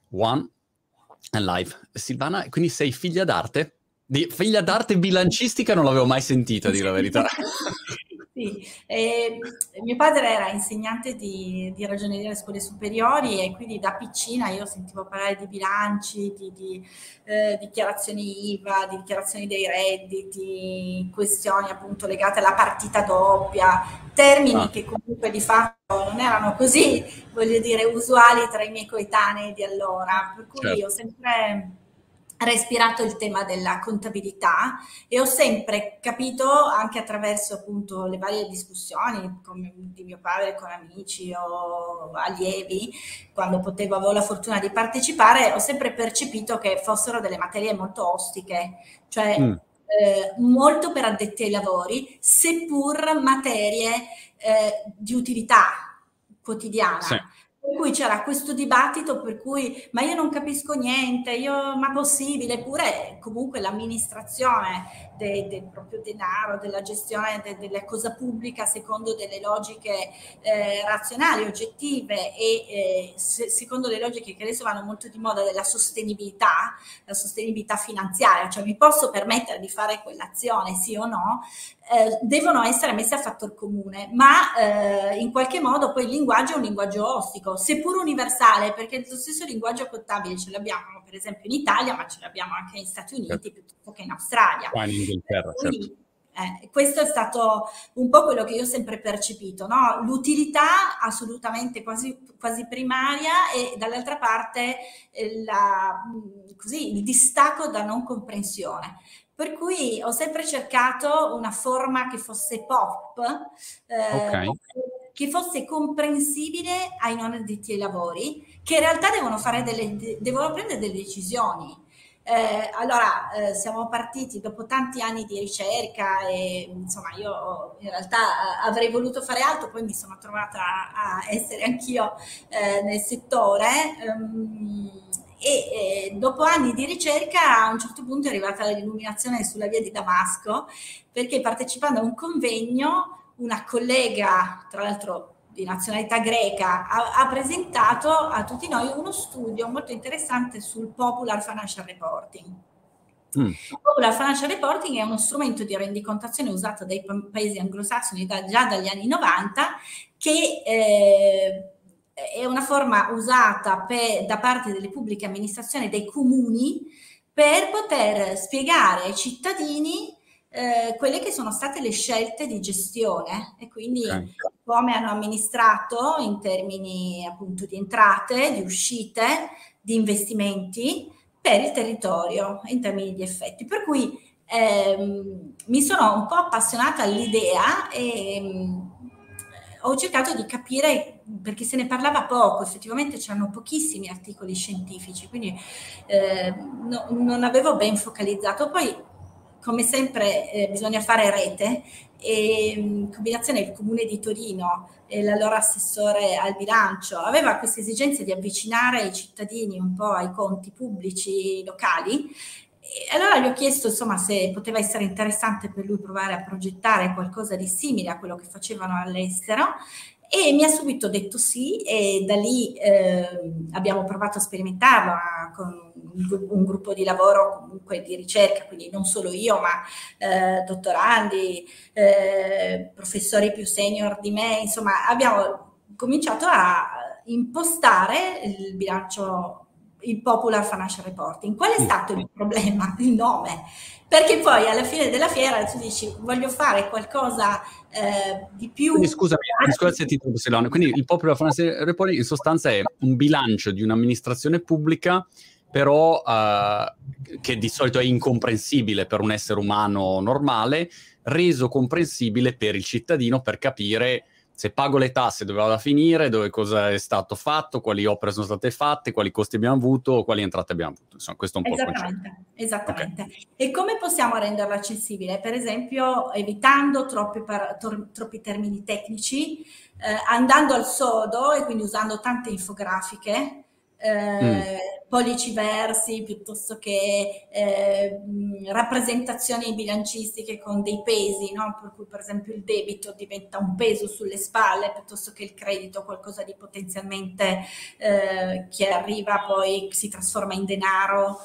One and live. Silvana, quindi sei figlia d'arte? Figlia d'arte bilancistica non l'avevo mai sentita, a dire la verità. Sì, mio padre era insegnante di ragioneria alle scuole superiori e quindi da piccina io sentivo parlare di bilanci, di dichiarazioni IVA, di dichiarazioni dei redditi, questioni appunto legate alla partita doppia, termini che comunque di fatto non erano così, voglio dire, usuali tra i miei coetanei di allora, per cui ho sempre respirato il tema della contabilità e ho sempre capito, anche attraverso appunto le varie discussioni di mio padre con amici o allievi, quando avevo la fortuna di partecipare, ho sempre percepito che fossero delle materie molto ostiche, cioè molto per addetti ai lavori, seppur materie di utilità quotidiana. Sì. Per cui c'era questo dibattito per cui ma io non capisco niente, ma possibile, eppure comunque l'amministrazione del proprio denaro, della gestione della cosa pubblica secondo delle logiche razionali, oggettive e secondo le logiche che adesso vanno molto di moda della sostenibilità, la sostenibilità finanziaria, cioè mi posso permettere di fare quell'azione, sì o no, devono essere messe a fattor comune, ma in qualche modo poi il linguaggio è un linguaggio ostico, seppur universale, perché lo stesso linguaggio contabile ce l'abbiamo per esempio in Italia, ma ce l'abbiamo anche negli Stati Uniti piuttosto che in Australia. Qua in Inghilterra, quindi, questo è stato un po' quello che io ho sempre percepito, no? L'utilità assolutamente quasi primaria e dall'altra parte il distacco da non comprensione. Per cui ho sempre cercato una forma che fosse pop, che fosse comprensibile ai non addetti ai lavori, che in realtà devono prendere delle decisioni. Allora, siamo partiti dopo tanti anni di ricerca e insomma io in realtà avrei voluto fare altro, poi mi sono trovata a essere anch'io nel settore. E dopo anni di ricerca a un certo punto è arrivata l'illuminazione sulla via di Damasco, perché partecipando a un convegno una collega, tra l'altro di nazionalità greca, ha presentato a tutti noi uno studio molto interessante sul Popular Financial Reporting. Il Popular Financial Reporting è uno strumento di rendicontazione usato dai paesi anglosassoni già dagli anni 90 che è una forma usata da parte delle pubbliche amministrazioni, dei comuni, per poter spiegare ai cittadini quelle che sono state le scelte di gestione e quindi come hanno amministrato in termini appunto di entrate, di uscite, di investimenti per il territorio in termini di effetti. Per cui mi sono un po' appassionata all'idea e ho cercato di capire, perché se ne parlava poco, effettivamente c'erano pochissimi articoli scientifici, quindi non avevo ben focalizzato. Poi, come sempre, bisogna fare rete e in combinazione il Comune di Torino e l'allora assessore al bilancio aveva questa esigenza di avvicinare i cittadini un po' ai conti pubblici locali. E allora gli ho chiesto insomma se poteva essere interessante per lui provare a progettare qualcosa di simile a quello che facevano all'estero e mi ha subito detto sì e da lì abbiamo provato a sperimentarlo con un gruppo di lavoro comunque di ricerca, quindi non solo io ma dottorandi, professori più senior di me, insomma abbiamo cominciato a impostare il bilancio, il Popular Financial Reporting. Qual è stato il problema? Il nome. Perché poi alla fine della fiera tu dici voglio fare qualcosa di più. Quindi scusami se ti interrompo, Silvana. Quindi il Popular Financial Reporting in sostanza è un bilancio di un'amministrazione pubblica, però che di solito è incomprensibile per un essere umano normale, reso comprensibile per il cittadino per capire se pago le tasse dove vado a finire, dove cosa è stato fatto, quali opere sono state fatte, quali costi abbiamo avuto, quali entrate abbiamo avuto. Insomma, questo è un po' il concetto. Esattamente. Okay. E come possiamo renderlo accessibile? Per esempio, evitando troppi termini tecnici, andando al sodo e quindi usando tante infografiche, pollici versi piuttosto che rappresentazioni bilancistiche con dei pesi, no? Per cui per esempio il debito diventa un peso sulle spalle piuttosto che il credito qualcosa di potenzialmente che arriva poi si trasforma in denaro,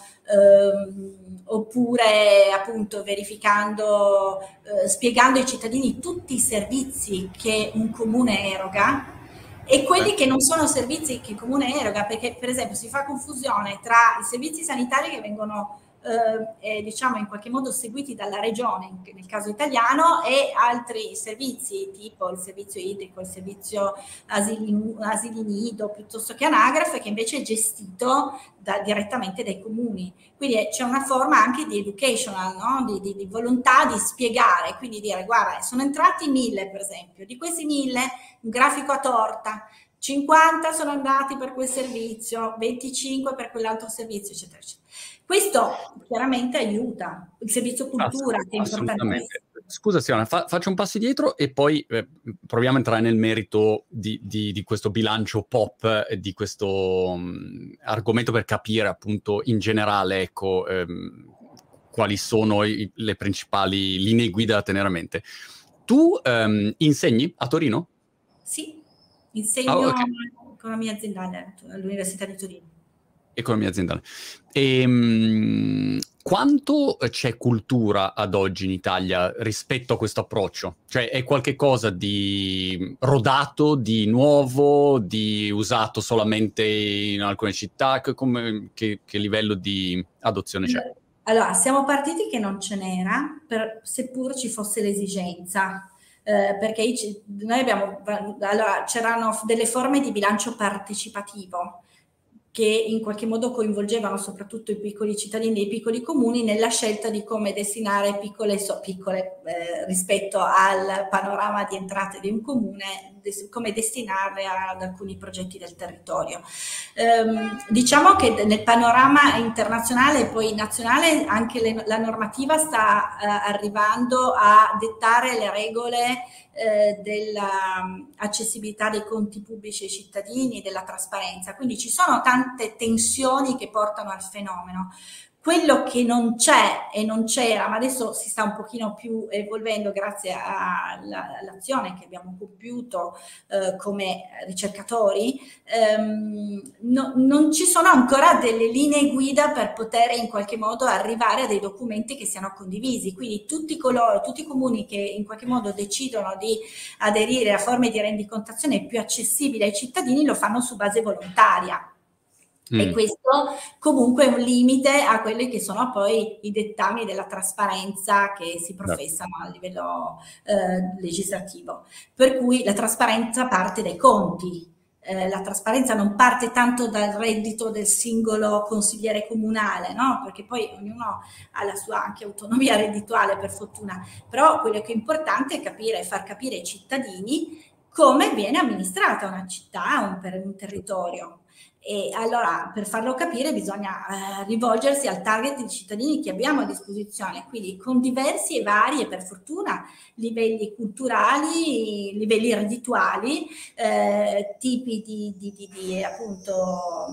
oppure appunto verificando, spiegando ai cittadini tutti i servizi che un comune eroga e quelli che non sono servizi che il comune eroga, perché per esempio si fa confusione tra i servizi sanitari che vengono diciamo in qualche modo seguiti dalla regione, nel caso italiano, e altri servizi tipo il servizio idrico, il servizio asili nido piuttosto che anagrafe, che invece è gestito direttamente dai comuni. Quindi c'è una forma anche di educational, no? di volontà di spiegare, quindi dire guarda sono entrati 1000 per esempio, di questi 1000 un grafico a torta, 50 sono andati per quel servizio, 25 per quell'altro servizio, eccetera, eccetera. Questo chiaramente aiuta il servizio cultura, che è importantissimo. Scusa Simona, faccio un passo indietro e poi proviamo a entrare nel merito di questo bilancio POP, di questo argomento, per capire appunto in generale, ecco, quali sono le principali linee guida da tenere a mente. Tu insegni a Torino? Sì, insegno economia aziendale all'Università di Torino. Economia aziendale. Quanto c'è cultura ad oggi in Italia rispetto a questo approccio? Cioè è qualche cosa di rodato, di nuovo, di usato solamente in alcune città? Che livello di adozione c'è? Allora, siamo partiti che non ce n'era, seppur ci fosse l'esigenza. Perché noi abbiamo, allora, c'erano delle forme di bilancio partecipativo che in qualche modo coinvolgevano soprattutto i piccoli cittadini e i piccoli comuni nella scelta di come destinare piccole rispetto al panorama di entrate di un comune, come destinarle ad alcuni progetti del territorio. Diciamo che nel panorama internazionale e poi nazionale anche la normativa sta arrivando a dettare le regole dell'accessibilità dei conti pubblici ai cittadini, della trasparenza, quindi ci sono tante tensioni che portano al fenomeno. Quello che non c'è e non c'era, ma adesso si sta un pochino più evolvendo grazie all'azione che abbiamo compiuto come ricercatori, non ci sono ancora delle linee guida per poter in qualche modo arrivare a dei documenti che siano condivisi. Quindi tutti i comuni che in qualche modo decidono di aderire a forme di rendicontazione più accessibili ai cittadini lo fanno su base volontaria. E questo comunque è un limite a quelli che sono poi i dettami della trasparenza che si professano a livello legislativo. Per cui la trasparenza parte dai conti. La trasparenza non parte tanto dal reddito del singolo consigliere comunale, no? Perché poi ognuno ha la sua anche autonomia reddituale, per fortuna, però quello che è importante è capire e far capire ai cittadini come viene amministrata una città, un territorio. E allora per farlo capire bisogna rivolgersi al target di cittadini che abbiamo a disposizione, quindi con diversi e vari e per fortuna livelli culturali, livelli reddituali, tipi di appunto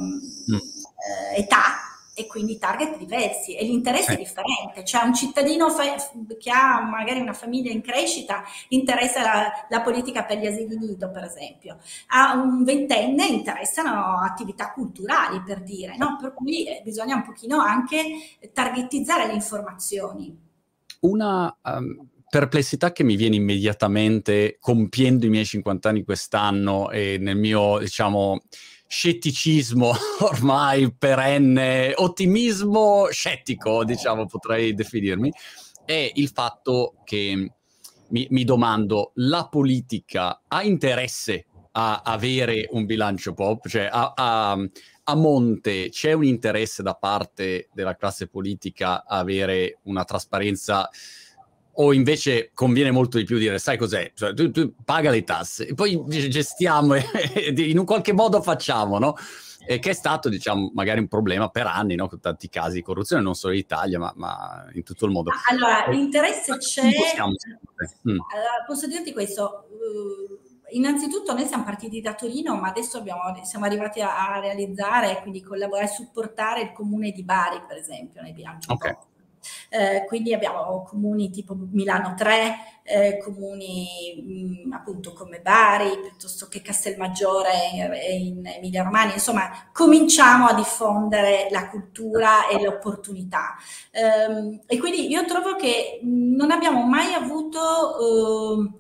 età e quindi target diversi e l'interesse è differente. Cioè un cittadino che ha magari una famiglia in crescita interessa la politica per gli asili nido, per esempio. A un ventenne interessano attività culturali, per dire, no? Per cui bisogna un pochino anche targetizzare le informazioni. Una perplessità che mi viene immediatamente compiendo i miei 50 anni quest'anno e nel mio, diciamo, scetticismo ormai perenne, ottimismo scettico, diciamo, potrei definirmi, è il fatto che mi domando, la politica ha interesse a avere un bilancio POP? Cioè a monte c'è un interesse da parte della classe politica a avere una trasparenza, o invece conviene molto di più dire, sai cos'è? Cioè, tu paga le tasse e poi gestiamo e in un qualche modo facciamo, no? Che è stato, diciamo, magari un problema per anni, no? Con tanti casi di corruzione, non solo in Italia, ma in tutto il mondo. Allora, l'interesse c'è. Allora, posso dirti questo, innanzitutto noi siamo partiti da Torino, ma adesso siamo arrivati a realizzare, quindi collaborare e supportare il comune di Bari, per esempio, nel bilancio POP. Quindi abbiamo comuni tipo Milano 3, comuni appunto come Bari, piuttosto che Castelmaggiore in Emilia Romagna. Insomma, cominciamo a diffondere la cultura e l'opportunità. E quindi io trovo che non abbiamo mai avuto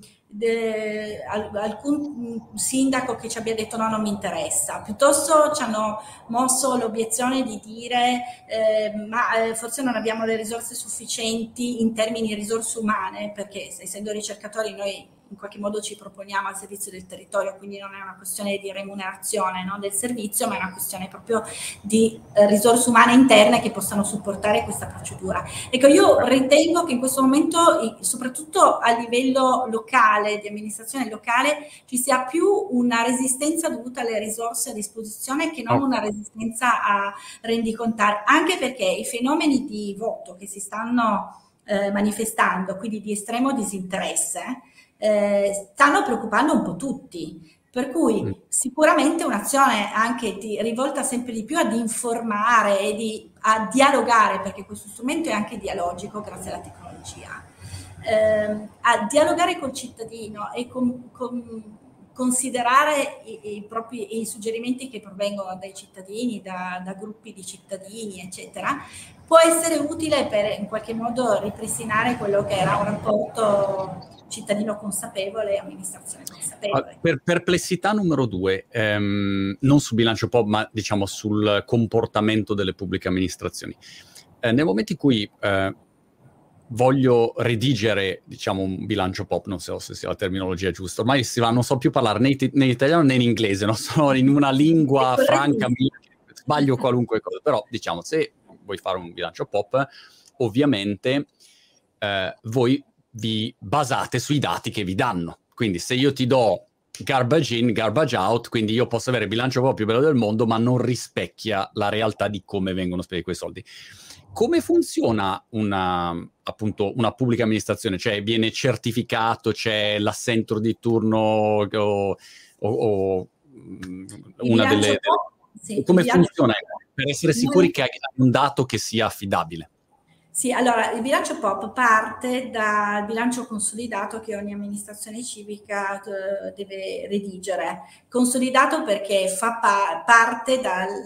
alcun sindaco che ci abbia detto no, non mi interessa, piuttosto ci hanno mosso l'obiezione di dire ma forse non abbiamo le risorse sufficienti in termini di risorse umane, perché essendo ricercatori noi in qualche modo ci proponiamo al servizio del territorio, quindi non è una questione di remunerazione, no, del servizio, ma è una questione proprio di risorse umane interne che possano supportare questa procedura. Ecco, io ritengo che in questo momento, soprattutto a livello locale, di amministrazione locale, ci sia più una resistenza dovuta alle risorse a disposizione che non una resistenza a rendicontare, anche perché i fenomeni di voto che si stanno manifestando, quindi di estremo disinteresse, stanno preoccupando un po' tutti, per cui sicuramente un'azione anche rivolta sempre di più ad informare e a dialogare, perché questo strumento è anche dialogico grazie alla tecnologia, a dialogare col cittadino e considerare i suggerimenti che provengono dai cittadini, da gruppi di cittadini, eccetera, può essere utile per in qualche modo ripristinare quello che era un rapporto cittadino consapevole e amministrazione consapevole. Per perplessità numero 2, non su bilancio POP, ma diciamo sul comportamento delle pubbliche amministrazioni. Nel momento in cui voglio redigere, diciamo, un bilancio POP, non so se sia la terminologia giusta, ormai non so più parlare né in italiano né in inglese, non sono in una lingua franca, sbaglio qualunque cosa, però diciamo, se vuoi fare un bilancio POP, ovviamente voi vi basate sui dati che vi danno. Quindi se io ti do garbage in, garbage out, quindi io posso avere il bilancio POP più bello del mondo, ma non rispecchia la realtà di come vengono spesi quei soldi. Come funziona una pubblica amministrazione? Cioè viene certificato, c'è l'assentro di turno o una delle... Sì, come funziona per essere sicuri che hai un dato che sia affidabile? Sì, allora il bilancio POP parte dal bilancio consolidato che ogni amministrazione civica deve redigere. Consolidato perché fa parte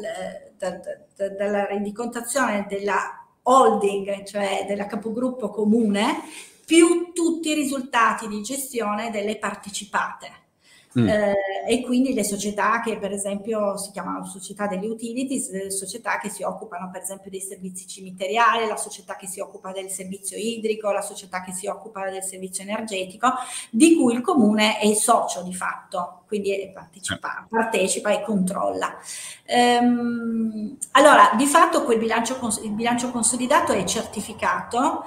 dalla rendicontazione della holding, cioè della capogruppo comune, più tutti i risultati di gestione delle partecipate. E quindi le società che per esempio si chiamano società delle utilities, le società che si occupano per esempio dei servizi cimiteriali, la società che si occupa del servizio idrico, la società che si occupa del servizio energetico, di cui il comune è il socio di fatto, quindi partecipa e controlla. Allora, di fatto il bilancio consolidato è certificato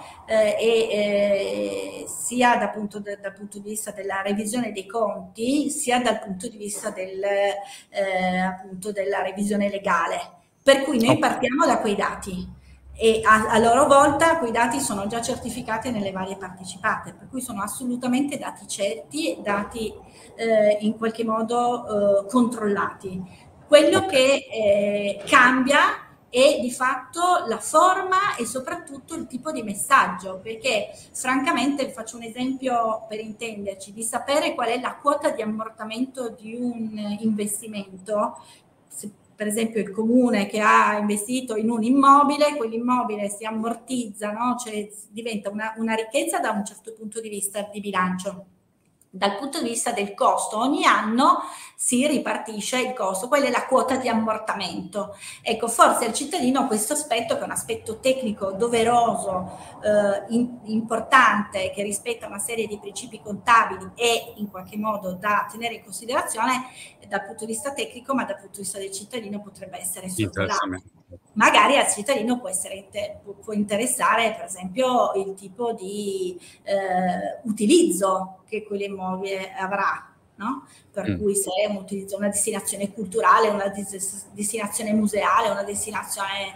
sia dal punto di vista della revisione dei conti, sia dal punto di vista appunto della revisione legale. Per cui noi partiamo da quei dati e a loro volta quei dati sono già certificati nelle varie partecipate, per cui sono assolutamente dati certi, dati in qualche modo controllati. Quello che cambia è di fatto la forma e soprattutto il tipo di messaggio, perché francamente faccio un esempio per intenderci, di sapere qual è la quota di ammortamento di un investimento. Se per esempio il comune che ha investito in un immobile, quell'immobile si ammortizza, no? Cioè diventa una ricchezza da un certo punto di vista di bilancio. Dal punto di vista del costo, ogni anno si ripartisce il costo, quella è la quota di ammortamento. Ecco, forse il cittadino questo aspetto, che è un aspetto tecnico doveroso, importante, che rispetta una serie di principi contabili e in qualche modo da tenere in considerazione dal punto di vista tecnico, ma dal punto di vista del cittadino potrebbe essere sorvolato. Magari al cittadino può interessare per esempio il tipo di utilizzo che quell'immobile avrà. no? Per cui se utilizzo una destinazione culturale, una destinazione museale, una destinazione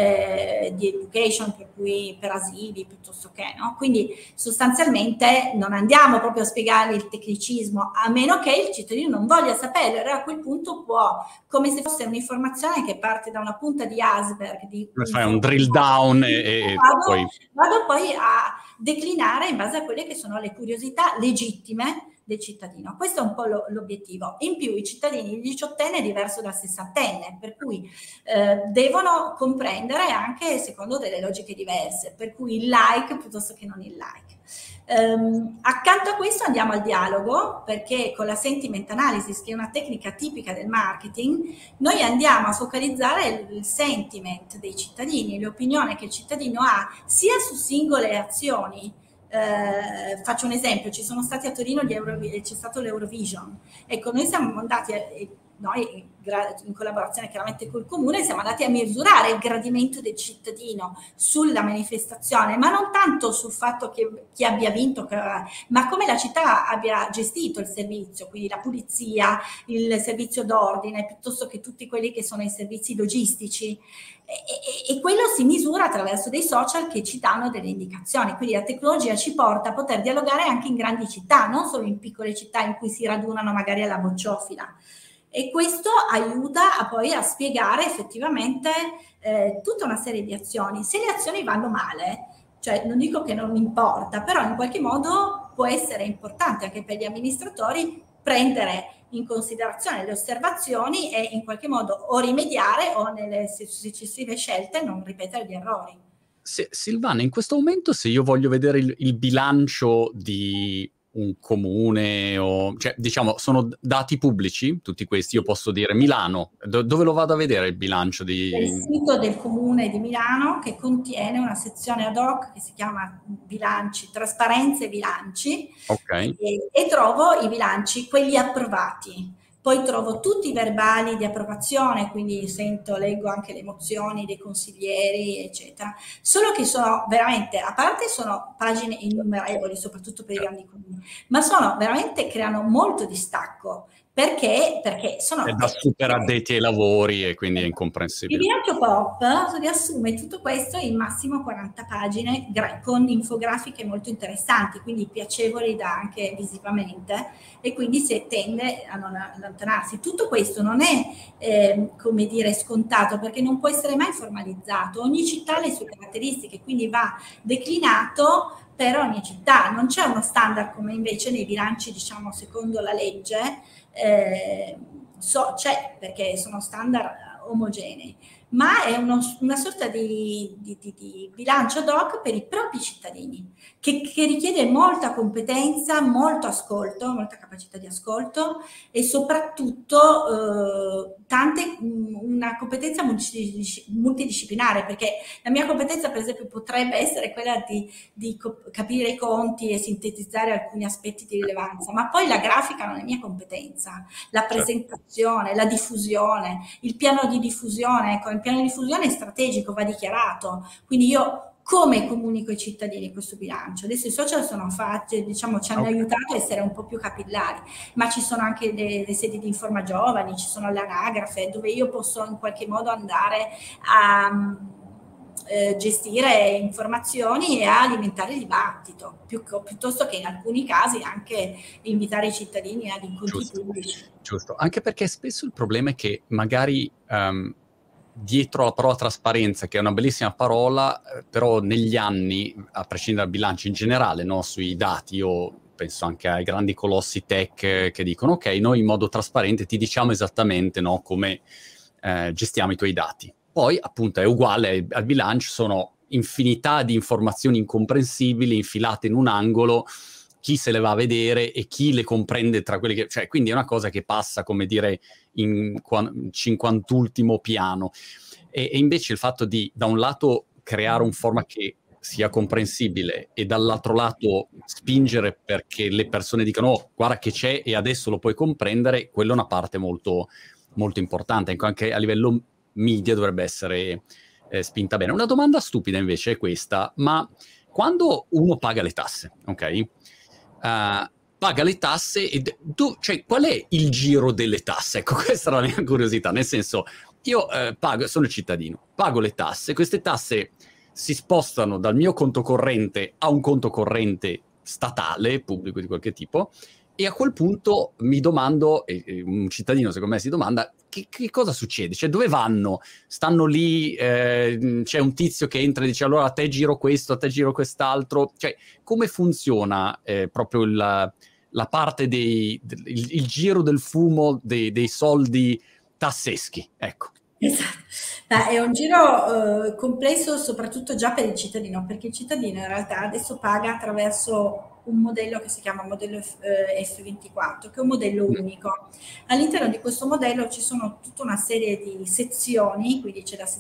di education, per cui per asili, piuttosto che, no? Quindi sostanzialmente non andiamo proprio a spiegare il tecnicismo, a meno che il cittadino non voglia saperlo, e a quel punto può, come se fosse un'informazione che parte da una punta di iceberg, fai un drill down e poi vado poi a declinare in base a quelle che sono le curiosità legittime del cittadino. Questo è un po' l'obiettivo. In più i cittadini, il diciottenne è diverso dal sessantenne, per cui devono comprendere anche secondo delle logiche diverse, per cui il like piuttosto che non il like. Accanto a questo andiamo al dialogo, perché con la sentiment analysis, che è una tecnica tipica del marketing, noi andiamo a focalizzare il sentiment dei cittadini, l'opinione che il cittadino ha sia su singole azioni. Faccio un esempio: ci sono stati a Torino c'è stato l'Eurovision. Ecco, noi siamo andati noi in collaborazione chiaramente col comune siamo andati a misurare il gradimento del cittadino sulla manifestazione, ma non tanto sul fatto che chi abbia vinto, ma come la città abbia gestito il servizio, quindi la pulizia, il servizio d'ordine, piuttosto che tutti quelli che sono i servizi logistici. E quello si misura attraverso dei social che ci danno delle indicazioni. Quindi la tecnologia ci porta a poter dialogare anche in grandi città, non solo in piccole città in cui si radunano magari alla bocciofila. E questo aiuta poi a spiegare effettivamente tutta una serie di azioni. Se le azioni vanno male, cioè non dico che non importa, però in qualche modo può essere importante anche per gli amministratori prendere in considerazione le osservazioni e in qualche modo o rimediare o nelle successive scelte non ripetere gli errori. Silvana, in questo momento, se io voglio vedere il bilancio di un comune, cioè diciamo sono dati pubblici tutti questi, io posso dire Milano, dove lo vado a vedere il bilancio di... Il sito del comune di Milano, che contiene una sezione ad hoc che si chiama bilanci, trasparenza e bilanci, okay. e trovo i bilanci, quelli approvati. Poi trovo tutti i verbali di approvazione, quindi leggo anche le mozioni dei consiglieri, eccetera. Solo che sono veramente, a parte sono pagine innumerevoli, soprattutto per i grandi comuni, ma creano molto distacco. Perché sono... È da super addetti ai lavori e quindi è Il incomprensibile. bilancio POP riassume tutto questo in massimo 40 pagine con infografiche molto interessanti, quindi piacevoli anche visivamente, e quindi si tende a non allontanarsi. Tutto questo non è, come dire, scontato, perché non può essere mai formalizzato. Ogni città ha le sue caratteristiche, quindi va declinato per ogni città. Non c'è uno standard come invece nei bilanci, diciamo, secondo la legge, c'è, perché sono standard omogenei, ma è una sorta di bilancio ad hoc per i propri cittadini, che richiede molta competenza, molto ascolto, molta capacità di ascolto e soprattutto una competenza multidisciplinare, perché la mia competenza per esempio potrebbe essere quella di capire i conti e sintetizzare alcuni aspetti di rilevanza, ma poi la grafica non è mia competenza, la presentazione, la diffusione, il piano di diffusione. Ecco, il piano di diffusione è strategico, va dichiarato, quindi io come comunico ai cittadini questo bilancio? Adesso i social sono fatti, diciamo, ci hanno aiutato a essere un po' più capillari, ma ci sono anche le sedi di Informa Giovani, ci sono l'anagrafe, dove io posso in qualche modo andare a gestire informazioni e a alimentare il dibattito, piuttosto che in alcuni casi anche invitare i cittadini ad incontri pubblici. Giusto, anche perché spesso il problema è che magari dietro la parola trasparenza, che è una bellissima parola, però negli anni, a prescindere dal bilancio in generale, no, sui dati, io penso anche ai grandi colossi tech che dicono ok, noi in modo trasparente ti diciamo esattamente, no, come gestiamo i tuoi dati. Poi appunto è uguale al bilancio, sono infinità di informazioni incomprensibili infilate in un angolo, chi se le va a vedere e chi le comprende tra quelli che... Cioè, quindi è una cosa che passa, come dire, in 50° piano. E invece il fatto di, da un lato, creare un format che sia comprensibile e dall'altro lato spingere perché le persone dicano oh, guarda che c'è e adesso lo puoi comprendere, quella è una parte molto, molto importante. Anche a livello media dovrebbe essere spinta bene. Una domanda stupida invece è questa, ma quando uno paga le tasse, ok? paga le tasse e cioè, qual è il giro delle tasse? Ecco, questa era la mia curiosità, nel senso, io sono cittadino, pago le tasse, queste tasse si spostano dal mio conto corrente a un conto corrente statale, pubblico di qualche tipo, e a quel punto mi domando, e un cittadino secondo me si domanda, che cosa succede? Cioè, dove vanno? Stanno lì, c'è un tizio che entra e dice allora a te giro questo, a te giro quest'altro. Cioè, come funziona proprio la parte il giro del fumo dei soldi tasseschi? Ecco. Esatto. È un giro complesso soprattutto già per il cittadino, perché il cittadino in realtà adesso paga attraverso un modello che si chiama modello F24, che è un modello unico. All'interno di questo modello ci sono tutta una serie di sezioni, quindi c'è la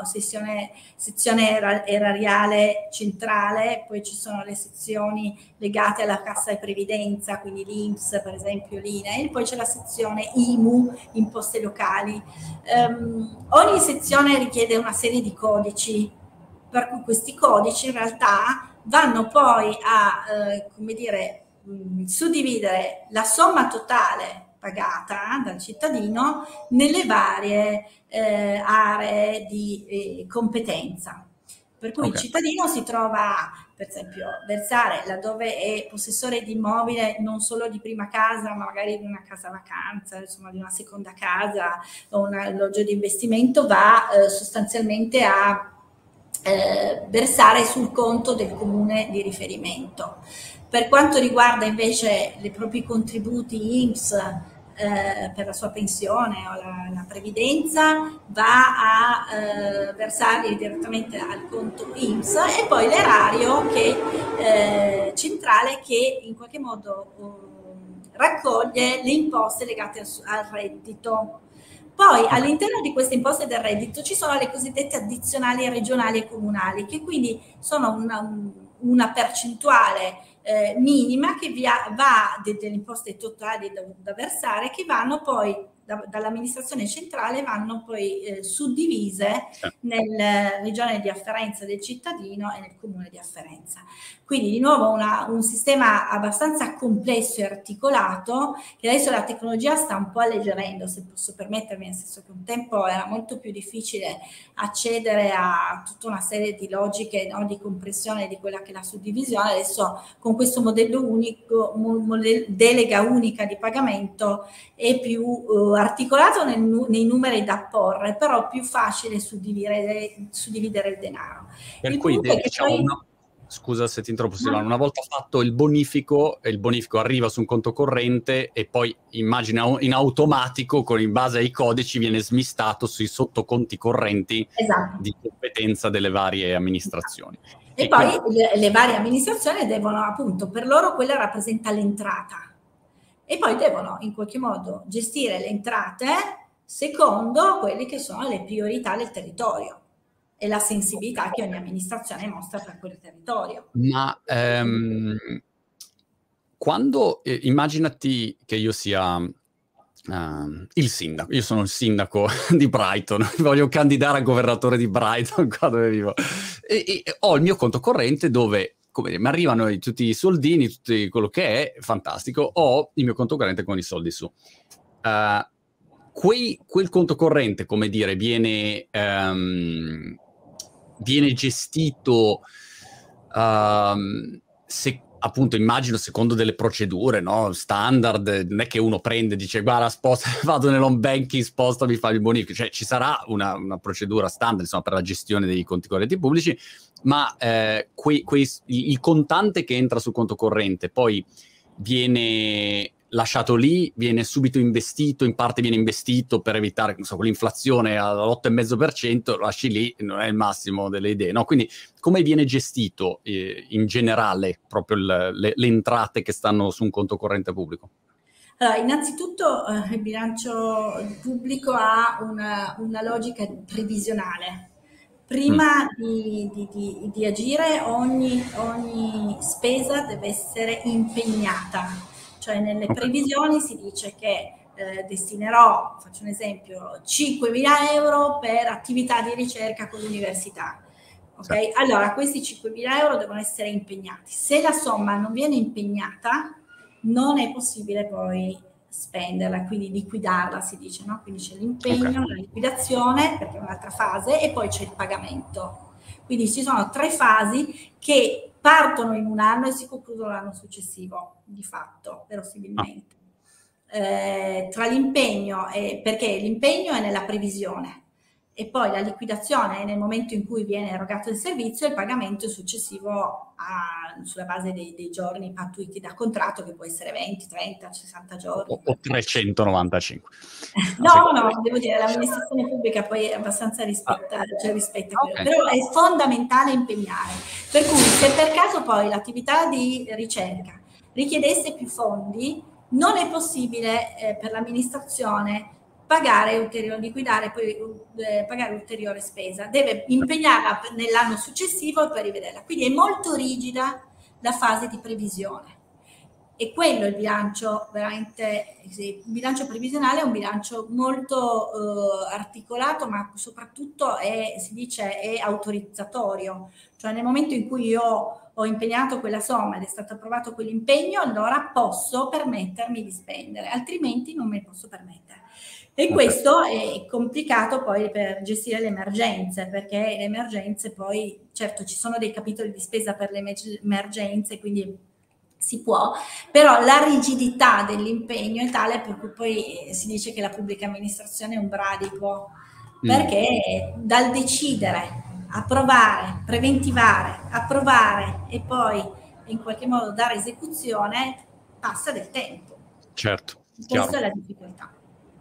sezione erariale centrale, poi ci sono le sezioni legate alla cassa e previdenza, quindi l'INPS per esempio, l'INAIL, poi c'è la sezione IMU, imposte locali. Ogni sezione richiede una serie di codici, per cui questi codici in realtà vanno poi a, come dire, suddividere la somma totale pagata dal cittadino nelle varie aree di competenza. Per cui il cittadino si trova, per esempio, a versare laddove è possessore di immobile non solo di prima casa, ma magari di una casa vacanza, insomma di una seconda casa o un alloggio di investimento, va sostanzialmente a versare sul conto del comune di riferimento. Per quanto riguarda invece i propri contributi INPS per la sua pensione o la previdenza, va a versarli direttamente al conto INPS, e poi l'erario centrale che in qualche modo raccoglie le imposte legate al reddito. Poi all'interno di queste imposte del reddito ci sono le cosiddette addizionali regionali e comunali, che quindi sono una percentuale minima che va delle imposte totali da versare, che vanno poi dall'amministrazione centrale, vanno poi suddivise nella regione di afferenza del cittadino e nel comune di afferenza. Quindi di nuovo un sistema abbastanza complesso e articolato, che adesso la tecnologia sta un po' alleggerendo, se posso permettermi, nel senso che un tempo era molto più difficile accedere a tutta una serie di logiche, no, di compressione di quella che è la suddivisione. Adesso con questo modello unico, delega unica di pagamento, è più articolato nei numeri da porre, però più facile suddividere il denaro. Per cui diciamo scusa se ti interrompo Silvano, una volta fatto il bonifico arriva su un conto corrente e poi immagina in automatico, in base ai codici, viene smistato sui sottoconti correnti di competenza delle varie amministrazioni. E poi le varie amministrazioni devono, appunto, per loro quella rappresenta l'entrata, e poi devono in qualche modo gestire le entrate secondo quelle che sono le priorità del territorio e la sensibilità che ogni amministrazione mostra per quel territorio. Ma quando immaginati che io sia il sindaco, io sono il sindaco di Brighton, voglio candidare a governatore di Brighton qua dove vivo, e ho il mio conto corrente dove, come dire, mi arrivano tutti i soldini, tutto quello che è fantastico, ho il mio conto corrente con i soldi su. Quel conto corrente, come dire, viene gestito appunto, immagino, secondo delle procedure, no, standard. Non è che uno prende e dice guarda, vado nell'home banking, spostami, fai il bonifico. Cioè ci sarà una procedura standard, insomma, per la gestione dei conti correnti pubblici, ma il contante che entra sul conto corrente poi viene lasciato lì, viene subito investito, in parte viene investito per evitare, non so, l'inflazione all'8,5%, lo lasci lì, non è il massimo delle idee, no? Quindi come viene gestito in generale proprio le entrate che stanno su un conto corrente pubblico? Allora, innanzitutto il bilancio pubblico ha una logica previsionale. Prima di agire, ogni spesa deve essere impegnata. Cioè nelle previsioni si dice che destinerò, faccio un esempio, 5.000 euro per attività di ricerca con l'università. Okay? Allora questi 5.000 euro devono essere impegnati. Se la somma non viene impegnata, non è possibile poi spenderla, quindi liquidarla si dice, no? Quindi c'è l'impegno, la liquidazione, perché è un'altra fase, e poi c'è il pagamento. Quindi ci sono 3 fasi che partono in un anno e si concludono l'anno successivo, di fatto, verosimilmente. Tra l'impegno, perché l'impegno è nella previsione, e poi la liquidazione è nel momento in cui viene erogato il servizio, e il pagamento è successivo sulla base dei giorni pattuiti da contratto, che può essere 20, 30, 60 giorni. O 395. No, devo dire, l'amministrazione pubblica poi è abbastanza rispetta quello, però è fondamentale impegnare. Per cui se per caso poi l'attività di ricerca richiedesse più fondi, non è possibile per l'amministrazione pagare ulteriore spesa, deve impegnarla nell'anno successivo e poi rivederla. Quindi è molto rigida la fase di previsione. E quello è il bilancio, veramente, il bilancio previsionale è un bilancio molto articolato, ma soprattutto si dice è autorizzatorio. Cioè nel momento in cui io ho impegnato quella somma ed è stato approvato quell'impegno, allora posso permettermi di spendere, altrimenti non me ne posso permettere. E questo è complicato poi per gestire le emergenze, perché le emergenze poi, certo, ci sono dei capitoli di spesa per le emergenze, quindi si può, però la rigidità dell'impegno è tale per cui poi si dice che la pubblica amministrazione è un bradipo, perché dal decidere, approvare, preventivare, approvare e poi in qualche modo dare esecuzione passa del tempo. Certo. Questa è la difficoltà.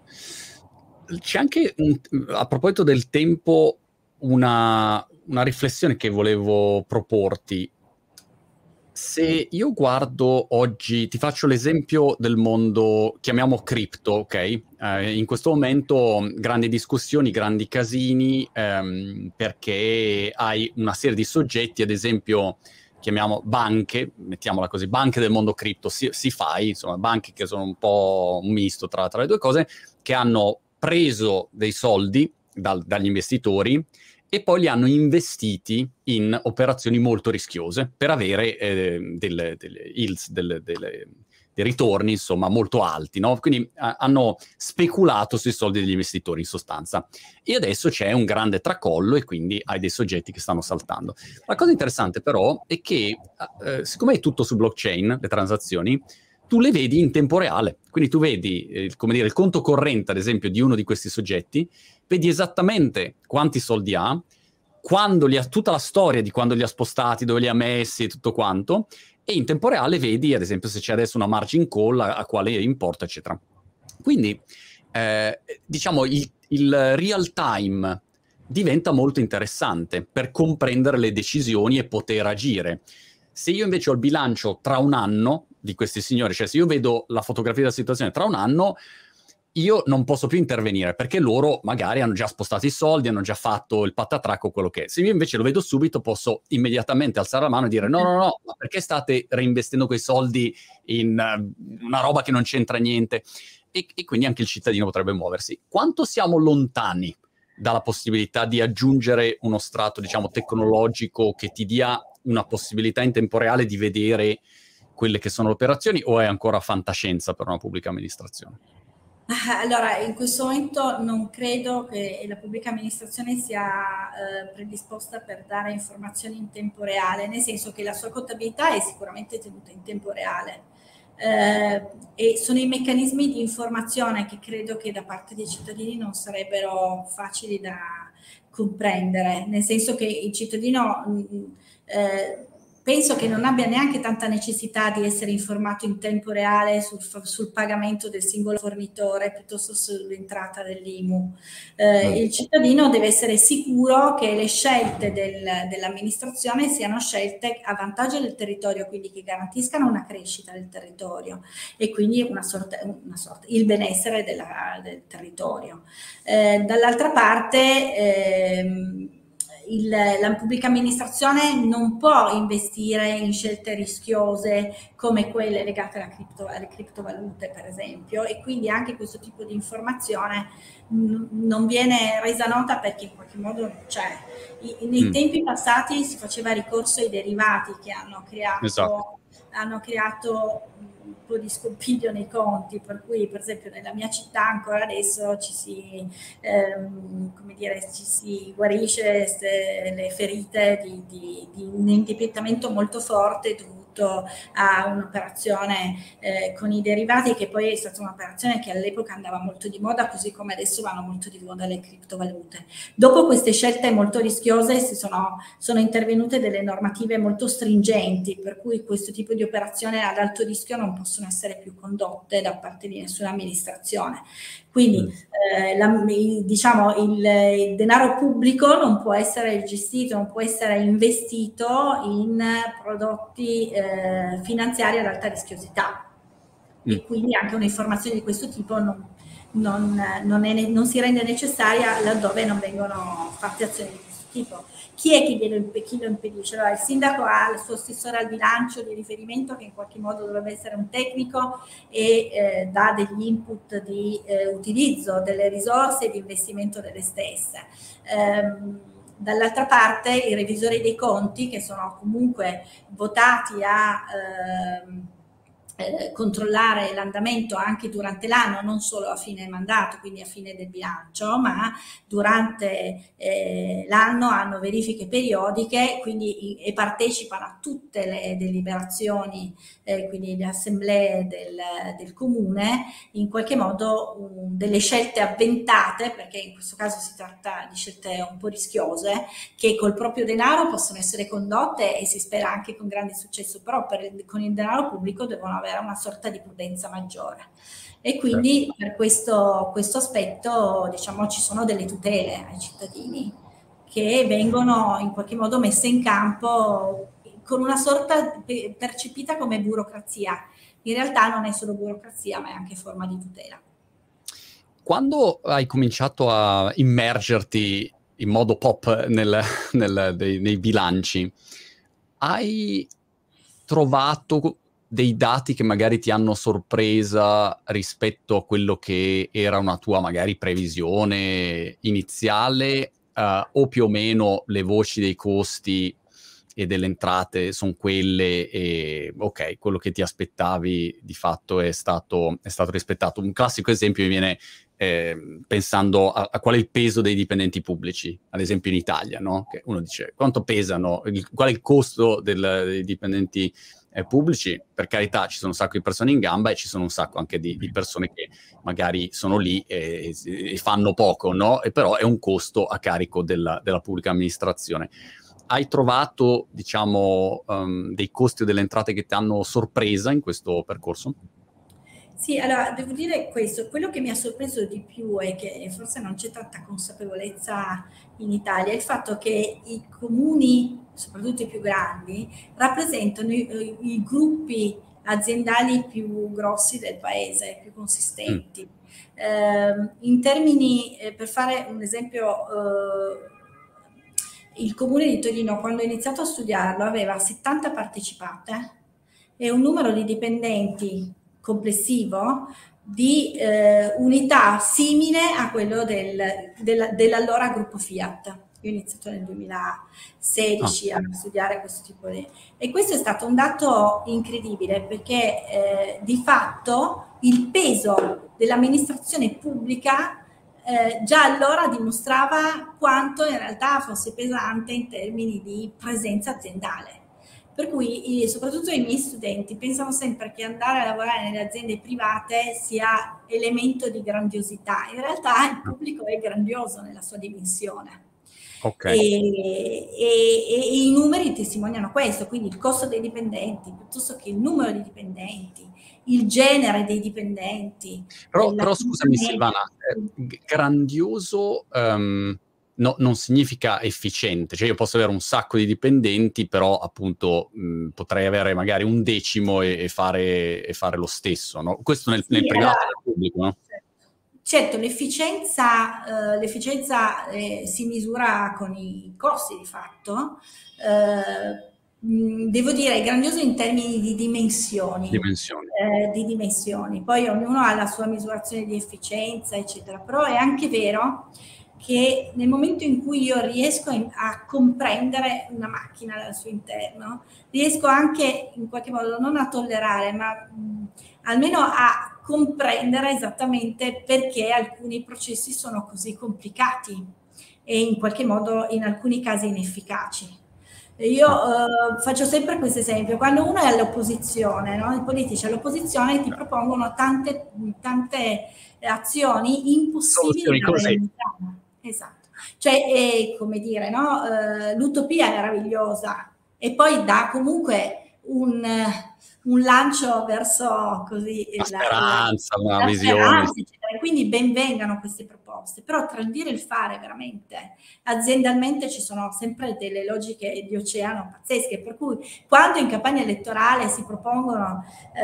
C'è anche, a proposito del tempo, una riflessione che volevo proporti. Se io guardo oggi, ti faccio l'esempio del mondo, chiamiamo cripto, ok? In questo momento grandi discussioni, grandi casini, perché hai una serie di soggetti, ad esempio, chiamiamo banche, mettiamola così, banche del mondo cripto, SeFi, insomma, banche che sono un po' un misto tra le due cose, che hanno preso dei soldi dagli investitori e poi li hanno investiti in operazioni molto rischiose per avere delle yields, dei ritorni, insomma, molto alti, no? Quindi hanno speculato sui soldi degli investitori, in sostanza. E adesso c'è un grande tracollo e quindi hai dei soggetti che stanno saltando. La cosa interessante, però, è che siccome è tutto su blockchain, le transazioni, tu le vedi in tempo reale. Quindi tu vedi, come dire, il conto corrente, ad esempio, di uno di questi soggetti, vedi esattamente quanti soldi ha, tutta la storia di quando li ha spostati, dove li ha messi e tutto quanto, e in tempo reale vedi, ad esempio, se c'è adesso una margin call, a quale importo, eccetera. Quindi, diciamo, il real time diventa molto interessante per comprendere le decisioni e poter agire. Se io invece ho il bilancio tra un anno di questi signori, cioè se io vedo la fotografia della situazione tra un anno, io non posso più intervenire perché loro magari hanno già spostato i soldi, hanno già fatto il patatrack o quello che è. Se io invece lo vedo subito, posso immediatamente alzare la mano e dire no, ma perché state reinvestendo quei soldi in una roba che non c'entra niente? E quindi anche il cittadino potrebbe muoversi. Quanto siamo lontani dalla possibilità di aggiungere uno strato, diciamo, tecnologico che ti dia una possibilità in tempo reale di vedere quelle che sono le operazioni, o è ancora fantascienza per una pubblica amministrazione? Allora, in questo momento non credo che la pubblica amministrazione sia predisposta per dare informazioni in tempo reale, nel senso che la sua contabilità è sicuramente tenuta in tempo reale. E sono i meccanismi di informazione che credo che da parte dei cittadini non sarebbero facili da comprendere, nel senso che il cittadino penso che non abbia neanche tanta necessità di essere informato in tempo reale sul pagamento del singolo fornitore piuttosto sull'entrata dell'IMU. Il cittadino deve essere sicuro che le scelte dell'amministrazione siano scelte a vantaggio del territorio, quindi che garantiscano una crescita del territorio e quindi una sorta il benessere del territorio. Dall'altra parte la pubblica amministrazione non può investire in scelte rischiose come quelle legate alle criptovalute, per esempio, e quindi anche questo tipo di informazione non viene resa nota perché in qualche modo c'è. Nei tempi passati si faceva ricorso ai derivati che hanno creato hanno creato un po' di scompiglio nei conti, per cui per esempio nella mia città ancora adesso ci si guarisce le ferite di un indebitamento molto forte dovuto a un'operazione con i derivati, che poi è stata un'operazione che all'epoca andava molto di moda, così come adesso vanno molto di moda le criptovalute. Dopo queste scelte molto rischiose sono intervenute delle normative molto stringenti, per cui questo tipo di operazioni ad alto rischio non possono essere più condotte da parte di nessuna amministrazione. Quindi il denaro pubblico non può essere gestito, non può essere investito in prodotti finanziari ad alta rischiosità, e quindi anche un'informazione di questo tipo non si rende necessaria laddove non vengono fatte azioni di questo tipo. Chi è chi lo impedisce? Allora, il sindaco ha il suo assessore al bilancio di riferimento, che in qualche modo dovrebbe essere un tecnico e dà degli input di utilizzo delle risorse e di investimento delle stesse. Dall'altra parte i revisori dei conti, che sono comunque votati a controllare l'andamento anche durante l'anno, non solo a fine mandato, quindi a fine del bilancio, ma durante l'anno hanno verifiche periodiche, e partecipano a tutte le deliberazioni, quindi le assemblee del comune, in qualche modo delle scelte avventate, perché in questo caso si tratta di scelte un po' rischiose, che col proprio denaro possono essere condotte e si spera anche con grande successo, però con il denaro pubblico devono avere una sorta di prudenza maggiore. E quindi per questo aspetto, diciamo, ci sono delle tutele ai cittadini che vengono in qualche modo messe in campo con una sorta percepita come burocrazia. In realtà non è solo burocrazia, ma è anche forma di tutela. Quando hai cominciato a immergerti in modo pop nei bilanci, hai trovato dei dati che magari ti hanno sorpresa rispetto a quello che era una tua magari previsione iniziale, o più o meno le voci dei costi e delle entrate sono quelle e ok, quello che ti aspettavi di fatto è stato rispettato? Un classico esempio mi viene pensando a qual è il peso dei dipendenti pubblici, ad esempio in Italia, no? Che uno dice quanto pesano, qual è il costo dei dipendenti pubblici. Per carità, ci sono un sacco di persone in gamba e ci sono un sacco anche di persone che magari sono lì e fanno poco, no? E però è un costo a carico della pubblica amministrazione. Hai trovato, diciamo, dei costi o delle entrate che ti hanno sorpresa in questo percorso? Sì, allora devo dire questo, quello che mi ha sorpreso di più è che forse non c'è tanta consapevolezza in Italia, è il fatto che i comuni, soprattutto i più grandi, rappresentano i gruppi aziendali più grossi del paese, più consistenti. In termini, per fare un esempio, il comune di Torino, quando ho iniziato a studiarlo, aveva 70 partecipate e un numero di dipendenti complessivo di unità simile a quello dell'allora gruppo Fiat. Io ho iniziato nel 2016 a studiare questo tipo di... E questo è stato un dato incredibile, perché di fatto il peso dell'amministrazione pubblica già allora dimostrava quanto in realtà fosse pesante in termini di presenza aziendale. Per cui soprattutto i miei studenti pensano sempre che andare a lavorare nelle aziende private sia elemento di grandiosità. In realtà il pubblico è grandioso nella sua dimensione. Okay. E i numeri testimoniano questo, quindi il costo dei dipendenti, piuttosto che il numero di dipendenti, il genere dei dipendenti. Però scusami Silvana, grandioso non significa efficiente, cioè io posso avere un sacco di dipendenti, però appunto potrei avere magari un decimo e fare lo stesso, no? Questo nel privato e nel pubblico, no? Certo, l'efficienza si misura con i costi di fatto. Devo dire, è grandioso in termini di dimensioni. Di dimensioni. Poi ognuno ha la sua misurazione di efficienza, eccetera. Però è anche vero che nel momento in cui io riesco a comprendere una macchina dal suo interno, riesco anche in qualche modo non a tollerare, ma almeno a comprendere esattamente perché alcuni processi sono così complicati e in qualche modo in alcuni casi inefficaci. Io faccio sempre questo esempio: quando uno è all'opposizione, no? I politici all'opposizione ti propongono tante azioni impossibili da realizzare. Esatto. Cioè, è, come dire, no? L'utopia è meravigliosa e poi dà comunque un lancio verso così la speranza, una visione. Speranza, eccetera. Quindi ben vengano queste proposte, però tra il dire e il fare veramente aziendalmente ci sono sempre delle logiche di oceano pazzesche, per cui quando in campagna elettorale si propongono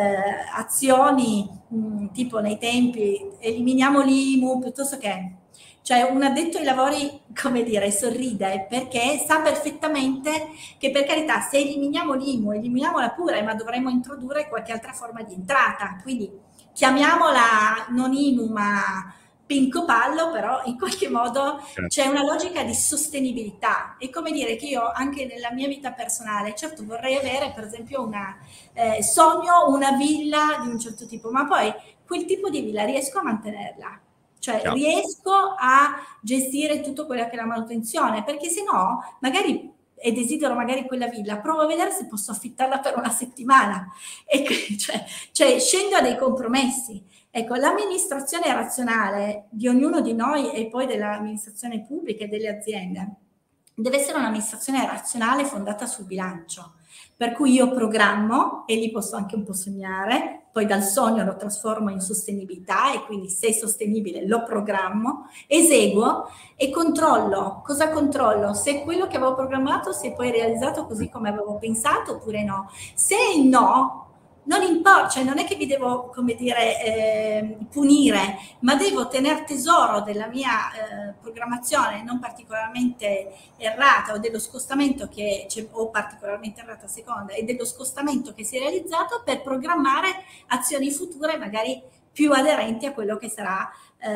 azioni tipo nei tempi eliminiamo l'IMU piuttosto che, cioè un addetto ai lavori, come dire, sorride perché sa perfettamente che, per carità, se eliminiamo l'IMU, eliminiamola pure, ma dovremmo introdurre qualche altra forma di entrata, quindi chiamiamola non IMU ma Pinco Pallo, però in qualche modo c'è una logica di sostenibilità. È come dire che io anche nella mia vita personale, certo vorrei avere per esempio sogno una villa di un certo tipo, ma poi quel tipo di villa riesco a mantenerla? Cioè riesco a gestire tutto quello che è la manutenzione, perché se no magari, e desidero magari quella villa, provo a vedere se posso affittarla per una settimana, e cioè scendo a dei compromessi. Ecco, l'amministrazione razionale di ognuno di noi e poi dell'amministrazione pubblica e delle aziende deve essere un'amministrazione razionale fondata sul bilancio, per cui io programmo e lì posso anche un po' sognare, poi dal sogno lo trasformo in sostenibilità e quindi se è sostenibile lo programmo, eseguo e controllo. Cosa controllo? Se quello che avevo programmato si è poi realizzato così come avevo pensato oppure no. Se no, non importa, cioè non è che vi devo, come dire, punire, ma devo tener tesoro della mia programmazione non particolarmente errata o dello scostamento o particolarmente errata a seconda, e dello scostamento che si è realizzato per programmare azioni future magari più aderenti a quello che sarà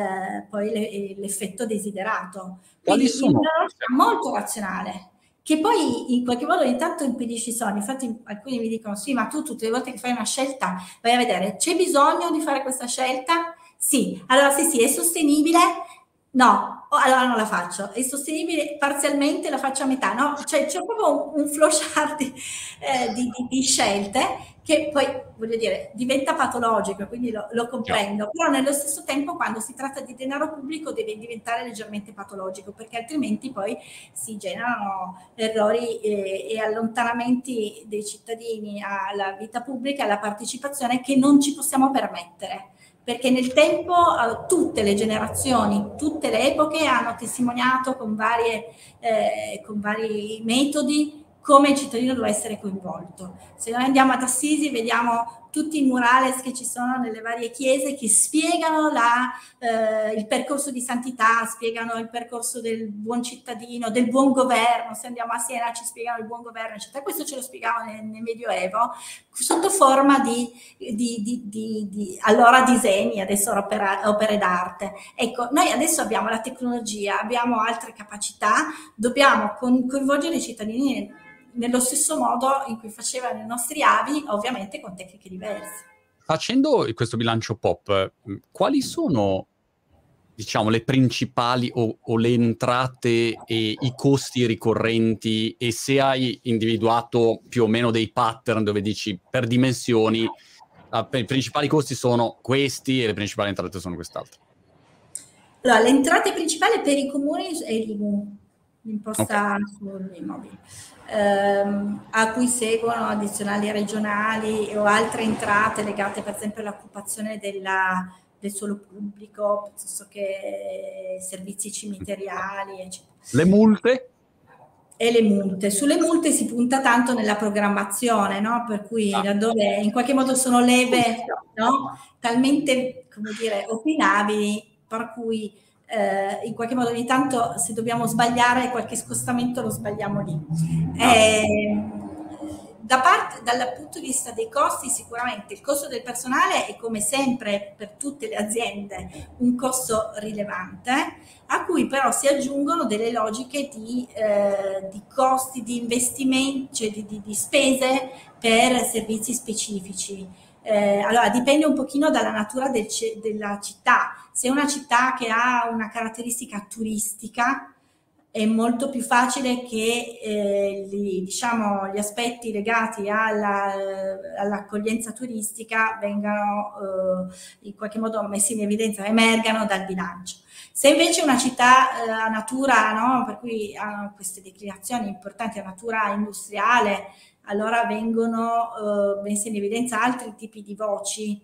poi l'effetto desiderato. Quindi il molto razionale, che poi in qualche modo ogni tanto impedisce i sogni. Infatti alcuni mi dicono sì, ma tu tutte le volte che fai una scelta vai a vedere c'è bisogno di fare questa scelta? Sì, allora sì, è sostenibile? No, allora non la faccio. È sostenibile parzialmente, la faccio a metà? No, cioè c'è proprio un flowchart di scelte che poi, voglio dire, diventa patologico, quindi lo comprendo, però nello stesso tempo quando si tratta di denaro pubblico deve diventare leggermente patologico, perché altrimenti poi si generano errori e allontanamenti dei cittadini alla vita pubblica, alla partecipazione, che non ci possiamo permettere. Perché nel tempo tutte le generazioni, tutte le epoche hanno testimoniato con vari metodi come il cittadino deve essere coinvolto. Se noi andiamo ad Assisi vediamo tutti i murales che ci sono nelle varie chiese che spiegano il percorso di santità, spiegano il percorso del buon cittadino, del buon governo. Se andiamo a Siena ci spiegano il buon governo, eccetera. Questo ce lo spiegavano nel Medioevo sotto forma di allora disegni, adesso opere d'arte. Ecco, noi adesso abbiamo la tecnologia, abbiamo altre capacità, dobbiamo coinvolgere i cittadini nello stesso modo in cui facevano i nostri avi, ovviamente con tecniche diverse. Facendo questo bilancio POP, quali sono, diciamo, le principali o le entrate e i costi ricorrenti, e se hai individuato più o meno dei pattern dove dici per dimensioni i principali costi sono questi e le principali entrate sono quest'altre? Allora, le entrate principali per i comuni è l'IMU, l'imposta sugli immobili, a cui seguono addizionali regionali o altre entrate legate per esempio all'occupazione del suolo pubblico, piuttosto che servizi cimiteriali, eccetera. Le multe? E le multe. Sulle multe si punta tanto nella programmazione, no? Per cui laddove in qualche modo sono leve, no? Talmente, come dire, opinabili, per cui in qualche modo ogni tanto se dobbiamo sbagliare qualche scostamento lo sbagliamo lì. dal punto di vista dei costi, sicuramente il costo del personale è, come sempre per tutte le aziende, un costo rilevante, a cui però si aggiungono delle logiche di costi, di investimenti, cioè di spese per servizi specifici. Allora dipende un pochino dalla natura della città. Se è una città che ha una caratteristica turistica, è molto più facile che gli aspetti legati all'accoglienza turistica vengano in qualche modo messi in evidenza, emergano dal bilancio. Se invece una città a natura, no, per cui ha queste declinazioni importanti a natura industriale, allora vengono messi in evidenza altri tipi di voci.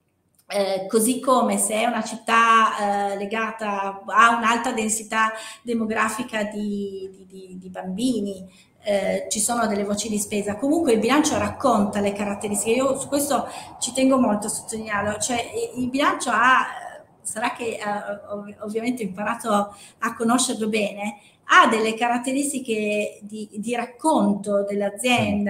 Così come se è una città legata a un'alta densità demografica di bambini, ci sono delle voci di spesa. Comunque il bilancio racconta le caratteristiche. Io su questo ci tengo molto a sottolinearlo, cioè il bilancio sarà che ovviamente ho imparato a conoscerlo bene, ha delle caratteristiche di racconto dell'azienda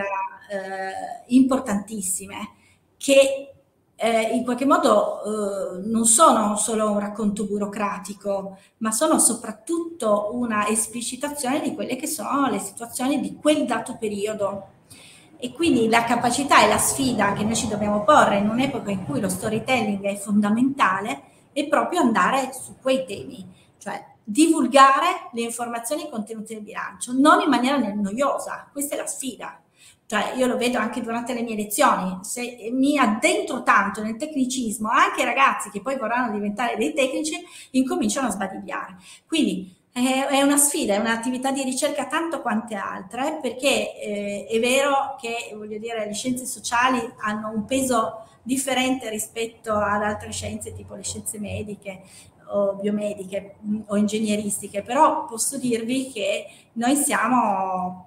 importantissime, che in qualche modo non sono solo un racconto burocratico, ma sono soprattutto una esplicitazione di quelle che sono le situazioni di quel dato periodo. E quindi la capacità e la sfida che noi ci dobbiamo porre in un'epoca in cui lo storytelling è fondamentale è proprio andare su quei temi, cioè divulgare le informazioni contenute nel bilancio, non in maniera noiosa. Questa è la sfida. Cioè io lo vedo anche durante le mie lezioni, se mi addentro tanto nel tecnicismo, anche i ragazzi che poi vorranno diventare dei tecnici incominciano a sbadigliare. Quindi è una sfida, è un'attività di ricerca tanto quante altre, perché è vero che, voglio dire, le scienze sociali hanno un peso differente rispetto ad altre scienze, tipo le scienze mediche o biomediche o ingegneristiche, però posso dirvi che noi siamo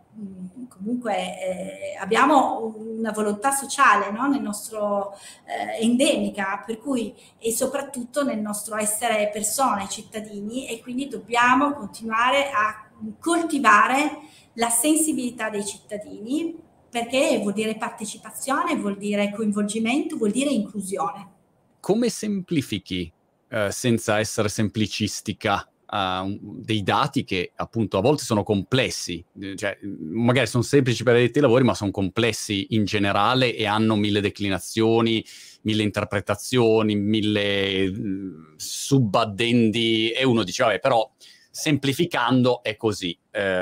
comunque abbiamo una volontà sociale, no? Nel nostro endemica, per cui e soprattutto nel nostro essere persone, cittadini, e quindi dobbiamo continuare a coltivare la sensibilità dei cittadini, perché vuol dire partecipazione, vuol dire coinvolgimento, vuol dire inclusione. Come semplifichi, senza essere semplicistica, dei dati che appunto a volte sono complessi, cioè magari sono semplici per addetti ai lavori, ma sono complessi in generale e hanno 1000 declinazioni, 1000 interpretazioni, 1000 subaddendi, e uno dice vabbè, però semplificando è così.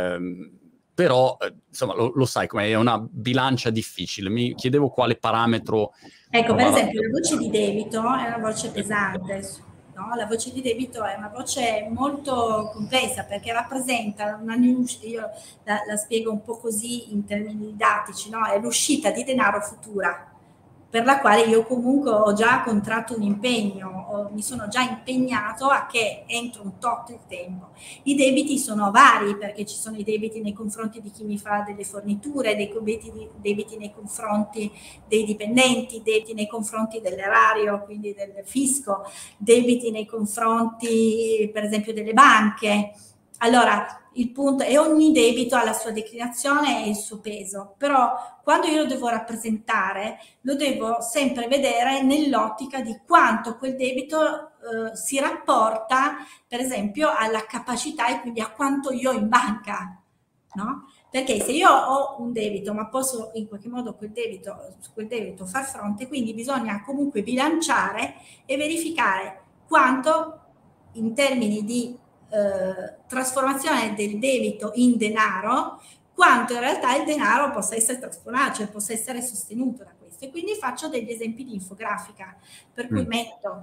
Però insomma lo sai com'è, è una bilancia difficile. Mi chiedevo quale parametro. Ecco, per esempio la voce di debito è una voce pesante, no? La voce di debito è una voce molto complessa, perché rappresenta una io la spiego un po' così in termini didattici, no? È l'uscita di denaro futura, per la quale io comunque ho già contratto un impegno, mi sono già impegnato a che entro un tot di tempo. I debiti sono vari, perché ci sono i debiti nei confronti di chi mi fa delle forniture, debiti nei confronti dei dipendenti, debiti nei confronti dell'erario, quindi del fisco, debiti nei confronti per esempio delle banche. Allora, il punto è ogni debito ha la sua declinazione e il suo peso, però quando io lo devo rappresentare lo devo sempre vedere nell'ottica di quanto quel debito si rapporta, per esempio, alla capacità e quindi a quanto io ho in banca, no? Perché se io ho un debito, ma posso in qualche modo su quel debito far fronte, quindi bisogna comunque bilanciare e verificare quanto in termini di trasformazione del debito in denaro, quanto in realtà il denaro possa essere trasformato, cioè possa essere sostenuto da questo. E quindi faccio degli esempi di infografica, per cui metto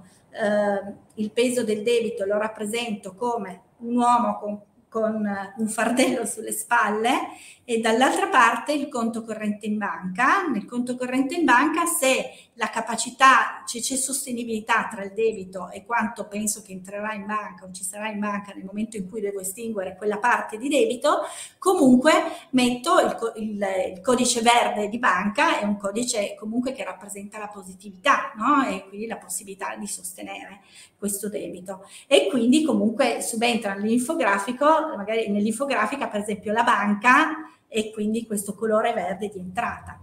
il peso del debito, lo rappresento come un uomo con un fardello sulle spalle, e dall'altra parte il conto corrente in banca. Nel conto corrente in banca, se la capacità, c'è sostenibilità tra il debito e quanto penso che entrerà in banca o ci sarà in banca nel momento in cui devo estinguere quella parte di debito, comunque metto il codice verde di banca, è un codice comunque che rappresenta la positività, no? E quindi la possibilità di sostenere questo debito. E quindi comunque subentra nell'infografico, magari nell'infografica per esempio la banca e quindi questo colore verde di entrata.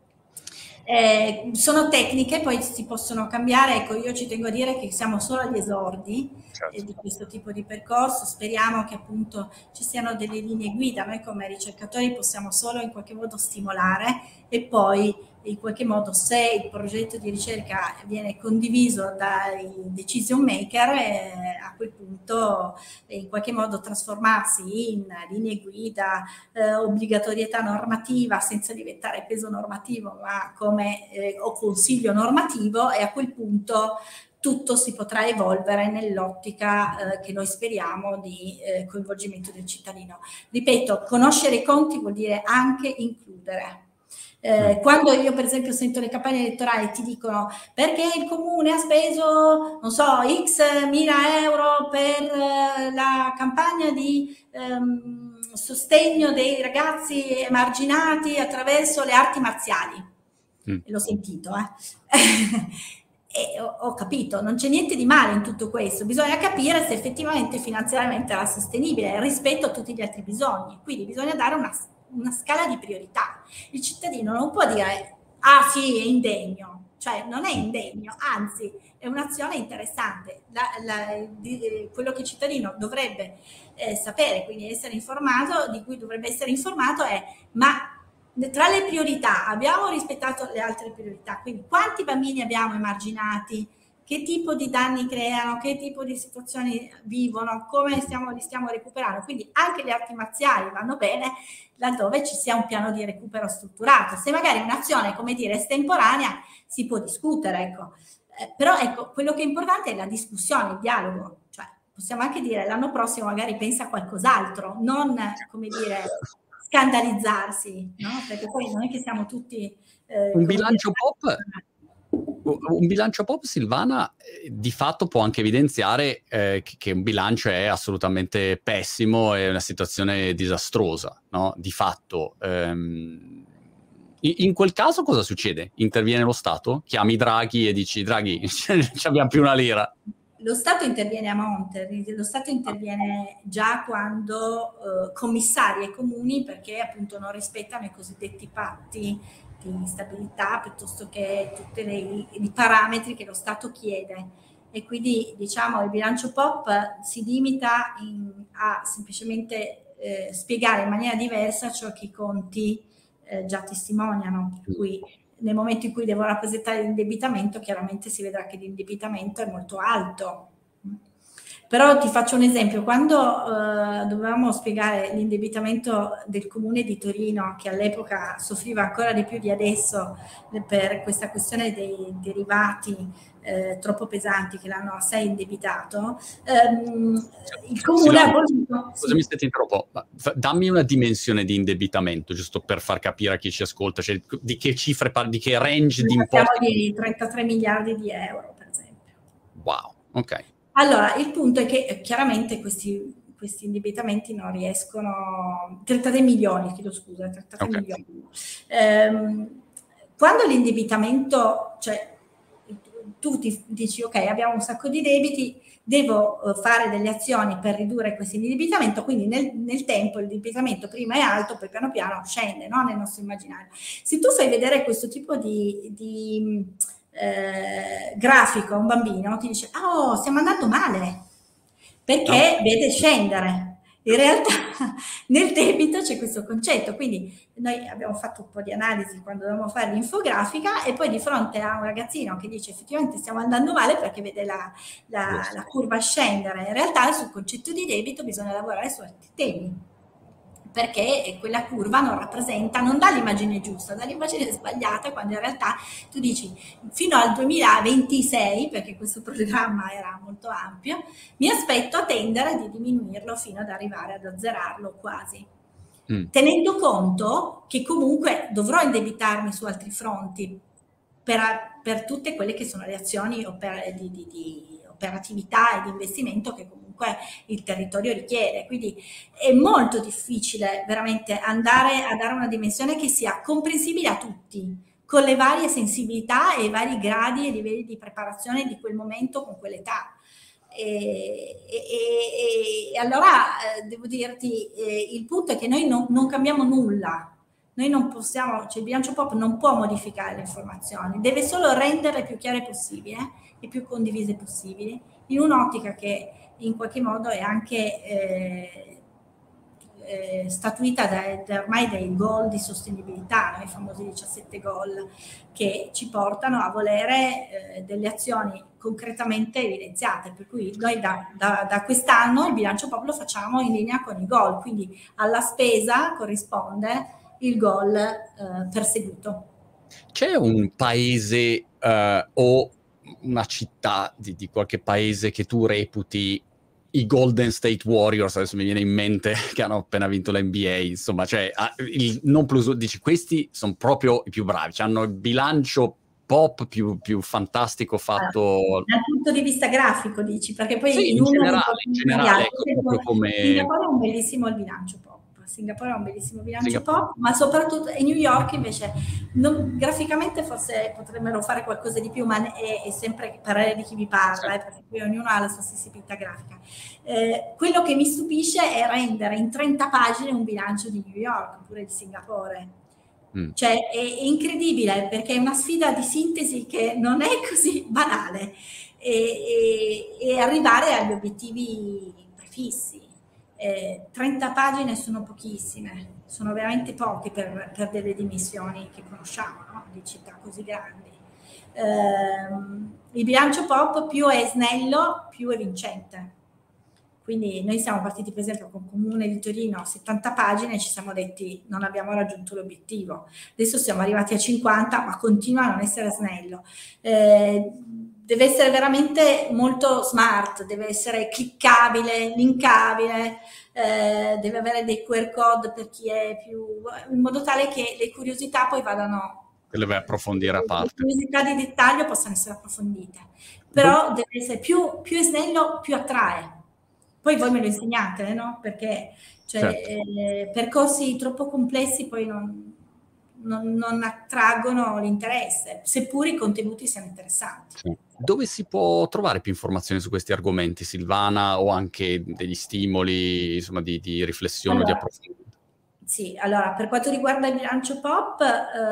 Sono tecniche, poi si possono cambiare. Ecco, io ci tengo a dire che siamo solo agli esordi di questo tipo di percorso. Speriamo che appunto ci siano delle linee guida. Noi come ricercatori possiamo solo in qualche modo stimolare, e poi in qualche modo, se il progetto di ricerca viene condiviso dai decision maker, a quel punto in qualche modo trasformarsi in linee guida, obbligatorietà normativa senza diventare peso normativo, ma come o consiglio normativo, e a quel punto tutto si potrà evolvere nell'ottica che noi speriamo di coinvolgimento del cittadino. Ripeto, conoscere i conti vuol dire anche includere. Quando io per esempio sento le campagne elettorali, ti dicono perché il comune ha speso, non so, x mila euro per la campagna di sostegno dei ragazzi emarginati attraverso le arti marziali. L'ho sentito, e ho capito, non c'è niente di male in tutto questo, bisogna capire se effettivamente finanziariamente era sostenibile rispetto a tutti gli altri bisogni. Quindi bisogna dare una scala di priorità. Il cittadino non può dire ah sì, è indegno, cioè non è indegno, anzi è un'azione interessante. Quello che il cittadino dovrebbe sapere, quindi essere informato, di cui dovrebbe essere informato, è: ma tra le priorità abbiamo rispettato le altre priorità? Quindi quanti bambini abbiamo emarginati, che tipo di danni creano, che tipo di situazioni vivono, come li stiamo recuperando. Quindi anche le arti marziali vanno bene laddove ci sia un piano di recupero strutturato. Se magari un'azione, come dire, estemporanea, si può discutere, ecco. Però ecco, quello che è importante è la discussione, il dialogo. Cioè, possiamo anche dire l'anno prossimo magari pensa a qualcos'altro, non, come dire, scandalizzarsi, no? Perché poi non è che siamo tutti... un bilancio pop... Un bilancio pop, Silvana, di fatto può anche evidenziare che un bilancio è assolutamente pessimo, è una situazione disastrosa, no? Di fatto. In quel caso cosa succede? Interviene lo Stato? Chiami Draghi e dici: Draghi, ci abbiamo più una lira. Lo Stato interviene a monte, lo Stato interviene già quando commissari ai comuni, perché appunto non rispettano i cosiddetti patti di stabilità, piuttosto che tutti i parametri che lo Stato chiede. E quindi, diciamo, il bilancio POP si limita a semplicemente spiegare in maniera diversa ciò che i conti già testimoniano. Per cui nel momento in cui devo rappresentare l'indebitamento, chiaramente si vedrà che l'indebitamento è molto alto. Però ti faccio un esempio: quando dovevamo spiegare l'indebitamento del comune di Torino, che all'epoca soffriva ancora di più di adesso per questa questione dei derivati troppo pesanti che l'hanno assai indebitato, il comune ha voluto... Scusami se ti interrompo, dammi una dimensione di indebitamento, giusto per far capire a chi ci ascolta, cioè di che cifre parli, di che range di importi? Parliamo di 33 miliardi di euro, per esempio. Wow, ok. Allora, il punto è che chiaramente questi indebitamenti non riescono... 33 milioni, chiedo scusa, 33 milioni. Quando l'indebitamento, cioè tu ti dici ok, abbiamo un sacco di debiti, devo fare delle azioni per ridurre questo indebitamento, quindi nel tempo il indebitamento prima è alto, poi piano piano scende, no? Nel nostro immaginario. Se tu fai vedere questo tipo di grafico a un bambino, ti dice oh, stiamo andando male, perché vede scendere. In realtà nel debito c'è questo concetto, quindi noi abbiamo fatto un po' di analisi quando dovevamo fare l'infografica, e poi di fronte a un ragazzino che dice effettivamente stiamo andando male perché vede la curva scendere, in realtà sul concetto di debito bisogna lavorare su altri temi, perché quella curva non rappresenta, non dà l'immagine giusta, dà l'immagine sbagliata, quando in realtà tu dici fino al 2026, perché questo programma era molto ampio, mi aspetto a tendere di diminuirlo fino ad arrivare ad azzerarlo quasi, tenendo conto che comunque dovrò indebitarmi su altri fronti per tutte quelle che sono le azioni di operatività e di investimento che comunque il territorio richiede. Quindi è molto difficile veramente andare a dare una dimensione che sia comprensibile a tutti, con le varie sensibilità e i vari gradi e livelli di preparazione di quel momento, con quell'età. E allora devo dirti, il punto è che noi non cambiamo nulla. Noi non possiamo, cioè il bilancio POP non può modificare le informazioni, deve solo renderle più chiare possibile e più condivise possibili, in un'ottica che in qualche modo è anche statuita ormai dai goal di sostenibilità, i famosi 17 goal, che ci portano a volere delle azioni concretamente evidenziate, per cui noi da quest'anno il bilancio POP lo facciamo in linea con i goal, quindi alla spesa corrisponde il goal perseguito. C'è un paese o una città di qualche paese che tu reputi i Golden State Warriors, adesso mi viene in mente che hanno appena vinto la NBA, insomma, cioè il non plus, dici, questi sono proprio i più bravi, cioè hanno il bilancio POP più fantastico fatto... Dal punto di vista grafico, dici, perché poi sì, in generale ecco, proprio come... Singapore ha un bellissimo il bilancio POP. Singapore ha un bellissimo bilancio POP, ma soprattutto e New York invece graficamente forse potrebbero fare qualcosa di più, ma è sempre parlare di chi vi parla, perché qui ognuno ha la sua sensibilità grafica. Quello che mi stupisce è rendere in 30 pagine un bilancio di New York oppure di Singapore. Cioè è incredibile, perché è una sfida di sintesi che non è così banale e arrivare agli obiettivi prefissi. 30 pagine sono pochissime, sono veramente poche per delle dimensioni che conosciamo, no? Di città così grandi. Il bilancio POP più è snello, più è vincente. Quindi noi siamo partiti per esempio con Comune di Torino, 70 pagine, e ci siamo detti non abbiamo raggiunto l'obiettivo. Adesso siamo arrivati a 50, ma continua a non essere snello. Deve essere veramente molto smart, deve essere cliccabile, linkabile, deve avere dei QR code per chi è più... in modo tale che le curiosità poi vadano... le vai a approfondire a parte. Le curiosità di dettaglio possano essere approfondite. Però deve essere più è snello, più attrae. Poi voi me lo insegnate, no? Perché percorsi troppo complessi poi non attraggono l'interesse, seppur i contenuti siano interessanti. Sì. Dove si può trovare più informazioni su questi argomenti, Silvana, o anche degli stimoli, insomma, di riflessione o di approfondimento? Sì, allora, per quanto riguarda il bilancio POP,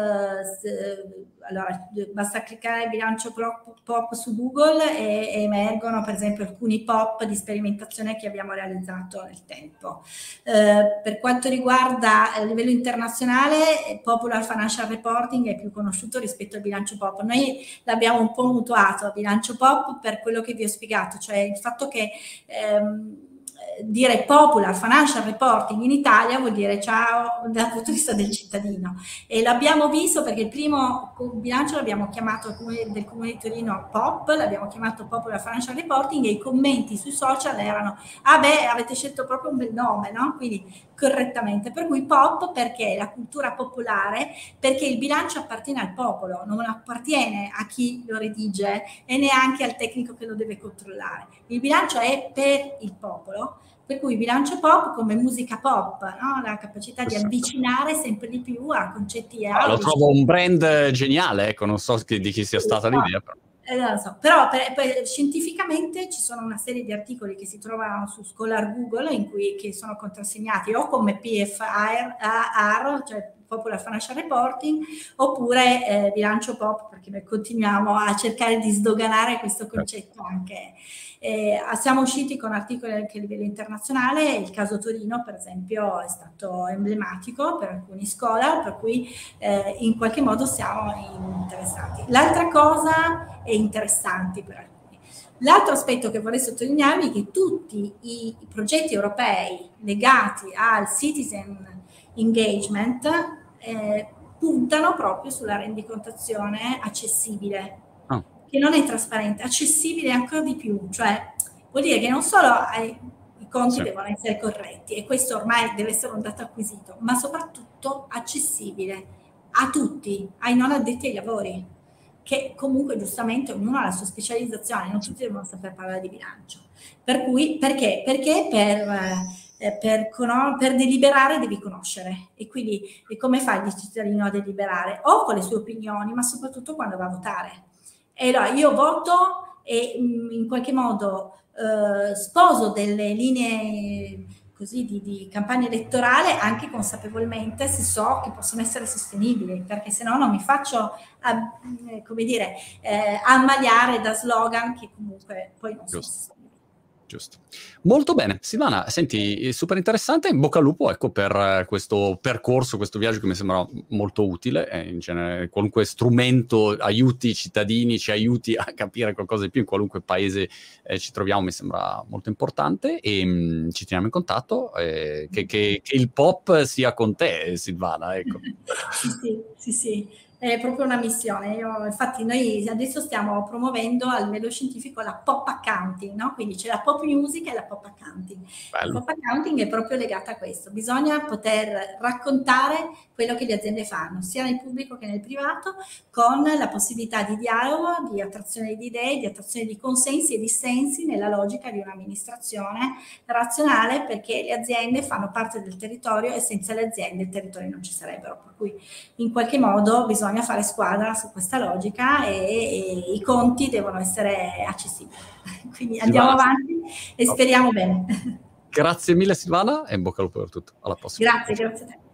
allora, basta cliccare bilancio POP su Google e emergono per esempio alcuni POP di sperimentazione che abbiamo realizzato nel tempo. Per quanto riguarda a livello internazionale, Popular Financial Reporting è più conosciuto rispetto al bilancio POP. Noi l'abbiamo un po' mutuato, bilancio POP, per quello che vi ho spiegato, cioè il fatto che dire Popular Financial Reporting in Italia vuol dire ciao dal punto di vista del cittadino, e l'abbiamo visto perché il primo bilancio l'abbiamo chiamato del Comune di Torino POP, l'abbiamo chiamato Popular Financial Reporting, e i commenti sui social erano avete scelto proprio un bel nome, no? Quindi correttamente, per cui POP perché la cultura popolare, perché il bilancio appartiene al popolo, non appartiene a chi lo redige e neanche al tecnico che lo deve controllare. Il bilancio è per il popolo, per cui bilancio POP come musica pop, no? La capacità di avvicinare sempre di più a concetti lo trovo un brand geniale, ecco, non so di chi sia stata l'idea. Non lo so, però scientificamente ci sono una serie di articoli che si trovano su Scholar Google che sono contrassegnati o come PFR, cioè Popular Financial Reporting, oppure bilancio POP, perché noi continuiamo a cercare di sdoganare questo concetto anche. Siamo usciti con articoli anche a livello internazionale, il caso Torino per esempio è stato emblematico per alcuni scholar, per cui in qualche modo siamo interessati. L'altra cosa è interessanti per alcuni. L'altro aspetto che vorrei sottolinearvi è che tutti i progetti europei legati al citizen engagement puntano proprio sulla rendicontazione accessibile, che non è trasparente, accessibile ancora di più, cioè vuol dire che non solo i conti devono essere corretti, e questo ormai deve essere un dato acquisito, ma soprattutto accessibile a tutti, ai non addetti ai lavori, che comunque giustamente ognuno ha la sua specializzazione, non tutti devono saper parlare di bilancio. Per cui, perché? Perché per deliberare devi conoscere, e quindi come fa il cittadino a deliberare? O con le sue opinioni, ma soprattutto quando va a votare. E allora io voto e in qualche modo sposo delle linee così di campagna elettorale anche consapevolmente, se so che possono essere sostenibili, perché se no non mi faccio come dire, ammaliare da slogan che comunque poi non sono sostenibili. Giusto. Molto bene. Silvana, senti, super interessante, in bocca al lupo, ecco, per questo percorso, questo viaggio che mi sembra molto utile, in genere qualunque strumento aiuti i cittadini, ci aiuti a capire qualcosa di più in qualunque paese ci troviamo, mi sembra molto importante, e ci teniamo in contatto, che il pop sia con te, Silvana, ecco. Sì. È proprio una missione. Infatti noi adesso stiamo promuovendo al Melo Scientifico la pop accounting, no? Quindi c'è la pop music e la pop accounting. Bello. La pop accounting è proprio legata a questo. Bisogna poter raccontare quello che le aziende fanno, sia nel pubblico che nel privato, con la possibilità di dialogo, di attrazione di idee, di attrazione di consensi e dissensi nella logica di un'amministrazione razionale, perché le aziende fanno parte del territorio e senza le aziende il territorio non ci sarebbero. Per cui in qualche modo bisogna fare squadra su questa logica e i conti devono essere accessibili. Quindi andiamo avanti e speriamo bene. Grazie mille Silvana e in bocca al lupo per tutto. Alla prossima. Grazie a te.